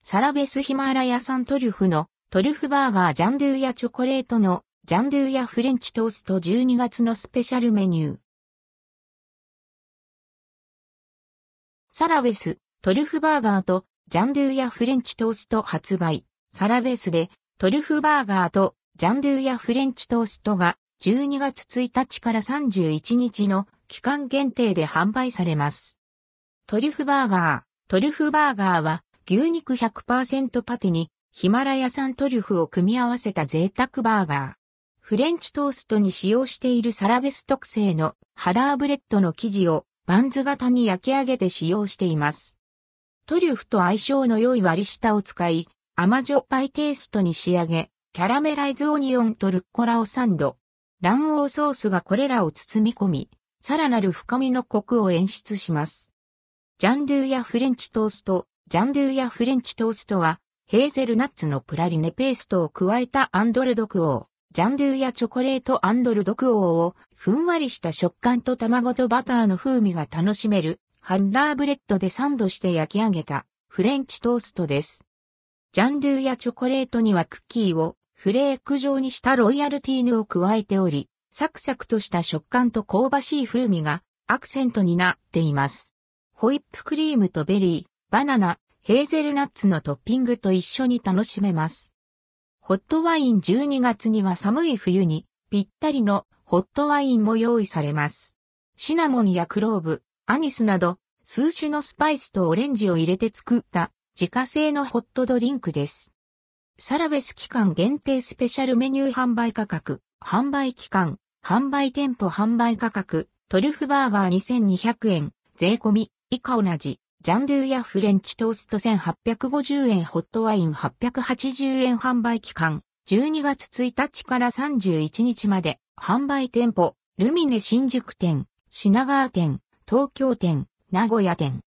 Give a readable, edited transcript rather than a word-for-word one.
サラベスヒマラヤ産トリュフのトリュフバーガージャンドゥやチョコレートのジャンドゥやフレンチトースト12月のスペシャルメニュー。サラベストリュフバーガーとジャンドゥやフレンチトースト発売。サラベスでトリュフバーガーとジャンドゥやフレンチトーストが12月1日から31日の期間限定で販売されます。トリュフバーガー。トリュフバーガーは牛肉 100% パテにヒマラヤ産トリュフを組み合わせた贅沢バーガー。フレンチトーストに使用しているサラベス特製のハラーブレッドの生地をバンズ型に焼き上げて使用しています。トリュフと相性の良い割り下を使い、甘じょっぱいテイストに仕上げ、キャラメライズオニオンとルッコラをサンド。卵黄ソースがこれらを包み込み、さらなる深みのコクを演出します。ジャンドゥやフレンチトースト。ジャンドゥやフレンチトーストは、ヘーゼルナッツのプラリネペーストを加えたアンドルドクオー。ジャンドゥやチョコレートアンドルドクオーを、ふんわりした食感と卵とバターの風味が楽しめる、ハンラーブレッドでサンドして焼き上げた、フレンチトーストです。ジャンドゥやチョコレートにはクッキーを、フレーク状にしたロイヤルティーヌを加えており、サクサクとした食感と香ばしい風味が、アクセントになっています。ホイップクリームとベリー、バナナ、ヘーゼルナッツのトッピングと一緒に楽しめます。ホットワイン12月には寒い冬にぴったりのホットワインも用意されます。シナモンやクローブ、アニスなど数種のスパイスとオレンジを入れて作った自家製のホットドリンクです。サラベス期間限定スペシャルメニュー販売価格、販売期間、販売店舗販売価格、トリュフバーガー2200円、税込み、以下同じ。ジャンドゥやフレンチトースト1850円ホットワイン880円販売期間12月1日から31日まで販売店舗ルミネ新宿店、品川店、東京店、名古屋店。